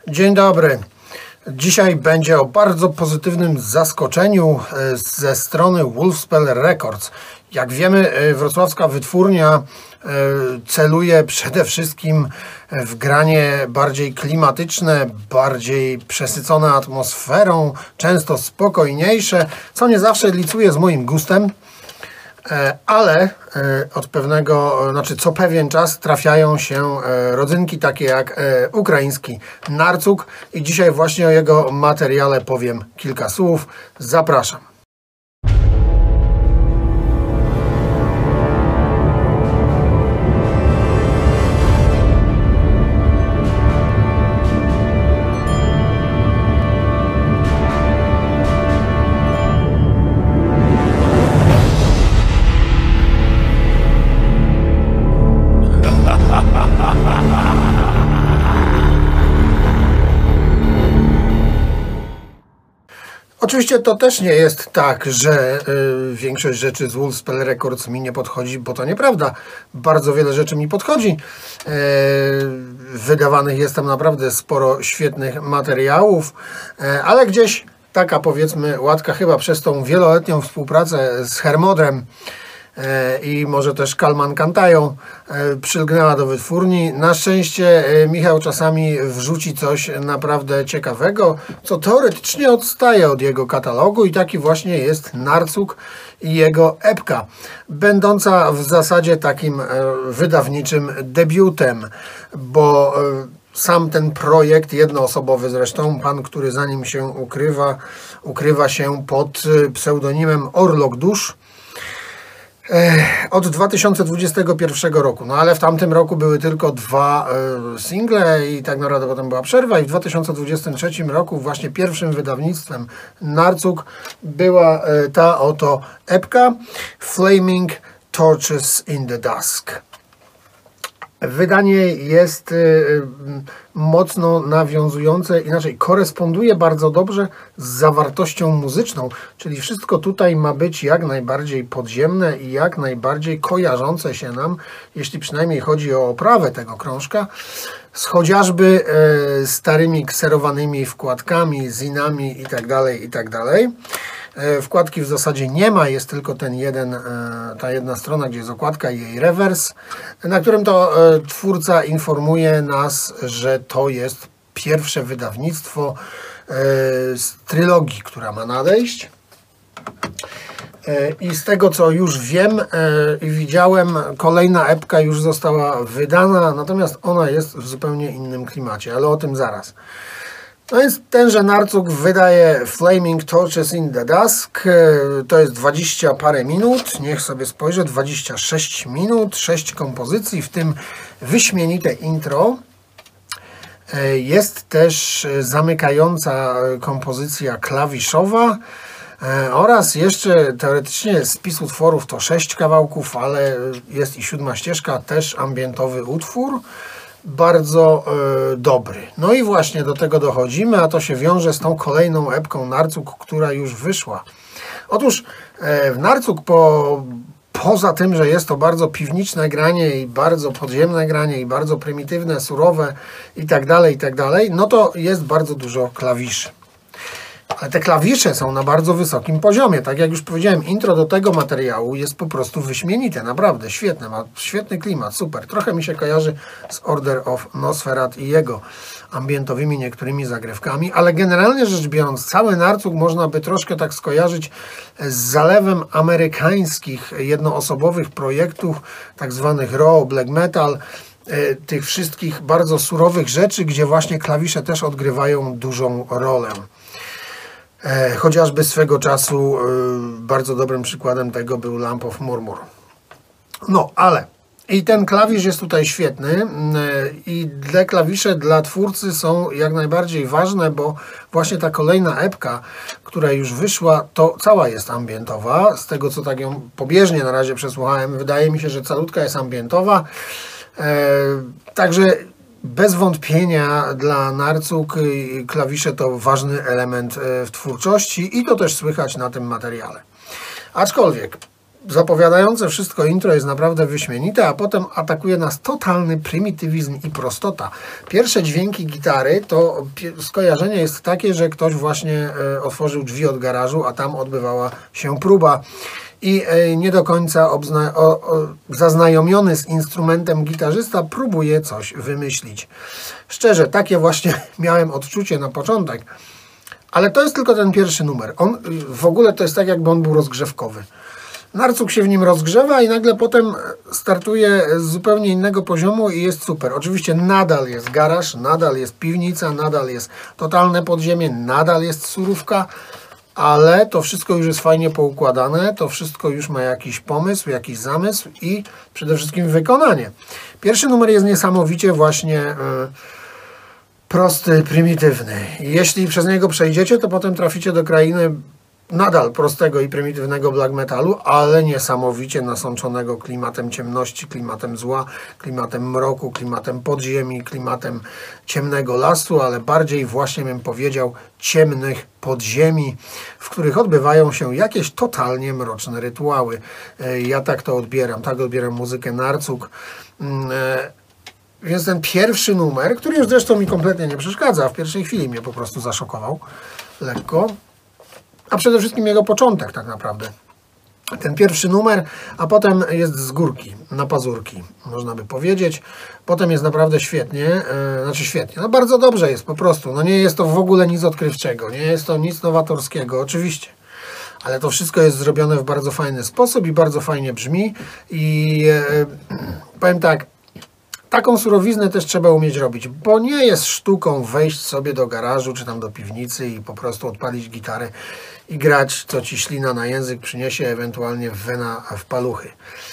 Dzień dobry. Dzisiaj będzie o bardzo pozytywnym zaskoczeniu ze strony Wolfspell Records. Jak wiemy, wrocławska wytwórnia celuje przede wszystkim w granie bardziej klimatyczne, bardziej przesycone atmosferą, często spokojniejsze, co nie zawsze licuje z moim gustem. Ale od co pewien czas trafiają się rodzynki takie jak ukraiński Narcuk i dzisiaj właśnie o jego materiale powiem kilka słów. Zapraszam. Oczywiście to też nie jest tak, że większość rzeczy z Wolfspell Records mi nie podchodzi, bo to nieprawda. Bardzo wiele rzeczy mi podchodzi. Wydawanych jest tam naprawdę sporo świetnych materiałów, ale gdzieś taka, powiedzmy, łatka chyba przez tą wieloletnią współpracę z Hermodrem i może też Kalman Kantają przylgnęła do wytwórni. Na szczęście Michał czasami wrzuci coś naprawdę ciekawego, co teoretycznie odstaje od jego katalogu i taki właśnie jest Narcuk i jego epka, będąca w zasadzie takim wydawniczym debiutem, bo sam ten projekt, jednoosobowy zresztą, pan, który za nim się ukrywa się pod pseudonimem Orlok Dusz, od 2021 roku, no ale w tamtym roku były tylko dwa single i tak naprawdę potem była przerwa i w 2023 roku właśnie pierwszym wydawnictwem Narcuk była ta oto epka Flaming Torches in the Dusk. Wydanie jest mocno nawiązujące, inaczej koresponduje bardzo dobrze z zawartością muzyczną, czyli wszystko tutaj ma być jak najbardziej podziemne i jak najbardziej kojarzące się nam, jeśli przynajmniej chodzi o oprawę tego krążka, z chociażby starymi kserowanymi wkładkami, zinami itd., itd. Wkładki w zasadzie nie ma, jest tylko ta jedna strona, gdzie jest okładka i jej rewers, na którym to twórca informuje nas, że to jest pierwsze wydawnictwo z trylogii, która ma nadejść. I z tego, co już wiem i widziałem, kolejna epka już została wydana, natomiast ona jest w zupełnie innym klimacie, ale o tym zaraz. No więc tenże Narcuk wydaje Flaming Torches in the Dusk, to jest 20 parę minut, niech sobie spojrzę, 26 minut, 6 kompozycji, w tym wyśmienite intro. Jest też zamykająca kompozycja klawiszowa oraz jeszcze teoretycznie spis utworów to 6 kawałków, ale jest i 7 ścieżka, też ambientowy utwór. Bardzo dobry. No i właśnie do tego dochodzimy, a to się wiąże z tą kolejną epką Narcuk, która już wyszła. Otóż w Narcuk poza tym, że jest to bardzo piwniczne granie i bardzo podziemne granie i bardzo prymitywne, surowe itd., no to jest bardzo dużo klawiszy. Ale te klawisze są na bardzo wysokim poziomie. Tak jak już powiedziałem, intro do tego materiału jest po prostu wyśmienite, naprawdę świetne, ma świetny klimat, super. Trochę mi się kojarzy z Order of Nosferat i jego ambientowymi niektórymi zagrywkami, ale generalnie rzecz biorąc, cały Narcuk można by troszkę tak skojarzyć z zalewem amerykańskich jednoosobowych projektów, tak zwanych raw, black metal, tych wszystkich bardzo surowych rzeczy, gdzie właśnie klawisze też odgrywają dużą rolę. Chociażby swego czasu bardzo dobrym przykładem tego był Lamp of Murmur. No, ale i ten klawisz jest tutaj świetny i te klawisze dla twórcy są jak najbardziej ważne, bo właśnie ta kolejna epka, która już wyszła, to cała jest ambientowa. Z tego, co tak ją pobieżnie na razie przesłuchałem, wydaje mi się, że calutka jest ambientowa. Także bez wątpienia dla Narcuk klawisze to ważny element w twórczości i to też słychać na tym materiale. Aczkolwiek zapowiadające wszystko intro jest naprawdę wyśmienite, a potem atakuje nas totalny prymitywizm i prostota. Pierwsze dźwięki gitary to skojarzenie jest takie, że ktoś właśnie otworzył drzwi od garażu, a tam odbywała się próba i nie do końca zaznajomiony z instrumentem gitarzysta próbuje coś wymyślić. Szczerze, takie właśnie miałem odczucie na początek, ale to jest tylko ten pierwszy numer. On w ogóle to jest tak, jakby on był rozgrzewkowy. Narcuk się w nim rozgrzewa i nagle potem startuje z zupełnie innego poziomu i jest super. Oczywiście nadal jest garaż, nadal jest piwnica, nadal jest totalne podziemie, nadal jest surówka, ale to wszystko już jest fajnie poukładane, to wszystko już ma jakiś pomysł, jakiś zamysł i przede wszystkim wykonanie. Pierwszy numer jest niesamowicie właśnie prosty, prymitywny. Jeśli przez niego przejdziecie, to potem traficie do krainy nadal prostego i prymitywnego black metalu, ale niesamowicie nasączonego klimatem ciemności, klimatem zła, klimatem mroku, klimatem podziemi, klimatem ciemnego lasu, ale bardziej właśnie bym powiedział ciemnych podziemi, w których odbywają się jakieś totalnie mroczne rytuały. Ja tak to odbieram, tak odbieram muzykę Narcuk. Więc ten pierwszy numer, który już zresztą mi kompletnie nie przeszkadza, w pierwszej chwili mnie po prostu zaszokował lekko, a przede wszystkim jego początek tak naprawdę. Ten pierwszy numer, a potem jest z górki, na pazurki, można by powiedzieć. Potem jest naprawdę świetnie, znaczy świetnie, no bardzo dobrze jest po prostu. No nie jest to w ogóle nic odkrywczego, nie jest to nic nowatorskiego, oczywiście. Ale to wszystko jest zrobione w bardzo fajny sposób i bardzo fajnie brzmi. I powiem tak, taką surowiznę też trzeba umieć robić, bo nie jest sztuką wejść sobie do garażu czy tam do piwnicy i po prostu odpalić gitarę i grać, co ci ślina na język przyniesie, ewentualnie wena w paluchy.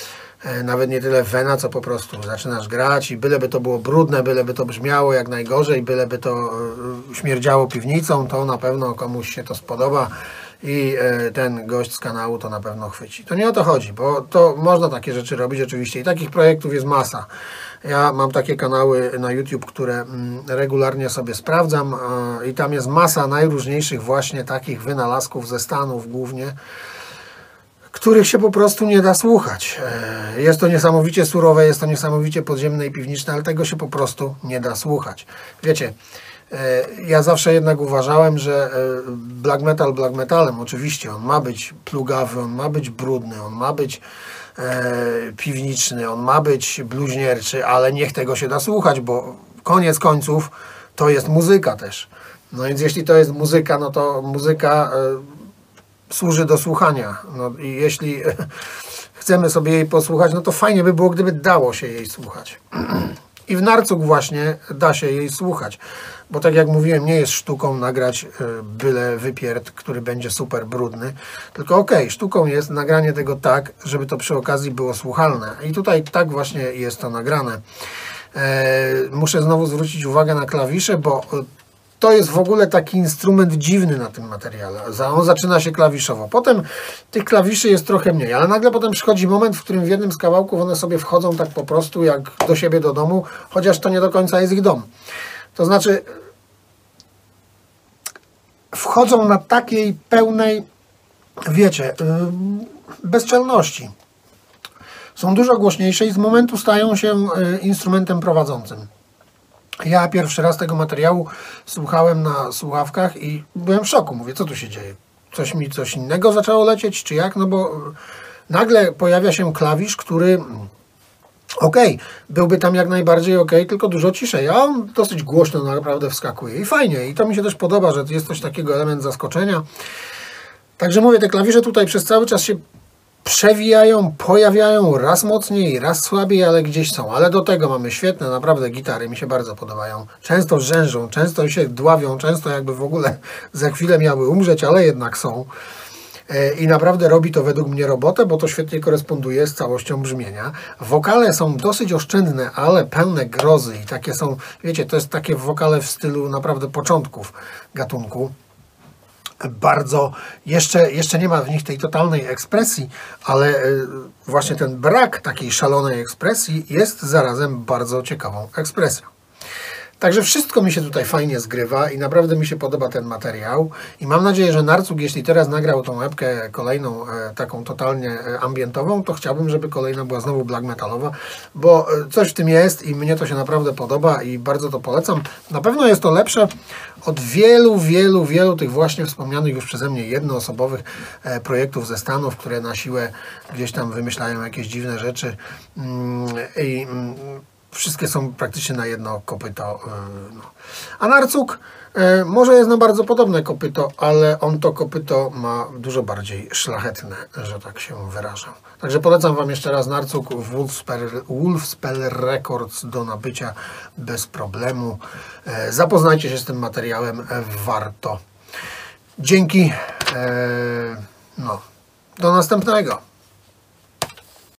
Nawet nie tyle wena, co po prostu zaczynasz grać i byleby to było brudne, byleby to brzmiało jak najgorzej, byleby to śmierdziało piwnicą, to na pewno komuś się to spodoba i ten gość z kanału to na pewno chwyci. To nie o to chodzi, bo to można takie rzeczy robić oczywiście i takich projektów jest masa. Ja mam takie kanały na YouTube, które regularnie sobie sprawdzam i tam jest masa najróżniejszych właśnie takich wynalazków ze Stanów głównie, których się po prostu nie da słuchać. Jest to niesamowicie surowe, jest to niesamowicie podziemne i piwniczne, ale tego się po prostu nie da słuchać. Wiecie, ja zawsze jednak uważałem, że black metal black metalem, oczywiście on ma być plugawy, on ma być brudny, on ma być piwniczny, on ma być bluźnierczy, ale niech tego się da słuchać, bo koniec końców to jest muzyka też. No więc jeśli to jest muzyka, no to muzyka służy do słuchania. No i jeśli chcemy sobie jej posłuchać, no to fajnie by było, gdyby dało się jej słuchać. I w Narcuk właśnie da się jej słuchać, bo tak jak mówiłem, nie jest sztuką nagrać byle wypierd, który będzie super brudny, tylko okej, sztuką jest nagranie tego tak, żeby to przy okazji było słuchalne. I tutaj tak właśnie jest to nagrane. Muszę znowu zwrócić uwagę na klawisze, bo to jest w ogóle taki instrument dziwny na tym materiale. On zaczyna się klawiszowo. Potem tych klawiszy jest trochę mniej, ale nagle potem przychodzi moment, w którym w jednym z kawałków one sobie wchodzą tak po prostu jak do siebie do domu, chociaż to nie do końca jest ich dom. To znaczy wchodzą na takiej pełnej, wiecie, bezczelności. Są dużo głośniejsze i z momentu stają się instrumentem prowadzącym. Ja pierwszy raz tego materiału słuchałem na słuchawkach i byłem w szoku. Mówię, co tu się dzieje? Coś innego zaczęło lecieć, czy jak? No bo nagle pojawia się klawisz, który byłby tam jak najbardziej tylko dużo ciszej, a on dosyć głośno naprawdę wskakuje i fajnie. I to mi się też podoba, że jest coś takiego, element zaskoczenia. Także mówię, te klawisze tutaj przez cały czas się przewijają, pojawiają raz mocniej, raz słabiej, ale gdzieś są. Ale do tego mamy świetne, naprawdę gitary, mi się bardzo podobają. Często rzężą, często się dławią, często jakby w ogóle za chwilę miały umrzeć, ale jednak są. I naprawdę robi to według mnie robotę, bo to świetnie koresponduje z całością brzmienia. Wokale są dosyć oszczędne, ale pełne grozy i takie są, wiecie, to jest takie wokale w stylu naprawdę początków gatunku. Bardzo, jeszcze nie ma w nich tej totalnej ekspresji, ale właśnie ten brak takiej szalonej ekspresji jest zarazem bardzo ciekawą ekspresją. Także wszystko mi się tutaj fajnie zgrywa i naprawdę mi się podoba ten materiał i mam nadzieję, że Narcuk, jeśli teraz nagrał tą epkę kolejną, taką totalnie ambientową, to chciałbym, żeby kolejna była znowu black metalowa, bo coś w tym jest i mnie to się naprawdę podoba i bardzo to polecam. Na pewno jest to lepsze od wielu tych właśnie wspomnianych już przeze mnie jednoosobowych projektów ze Stanów, które na siłę gdzieś tam wymyślają jakieś dziwne rzeczy i wszystkie są praktycznie na jedno kopyto. No. A Narcuk może jest na bardzo podobne kopyto, ale on to kopyto ma dużo bardziej szlachetne, że tak się wyrażam. Także polecam Wam jeszcze raz Narcuk Wolfspel Records do nabycia bez problemu. Zapoznajcie się z tym materiałem, warto. Dzięki. No, do następnego.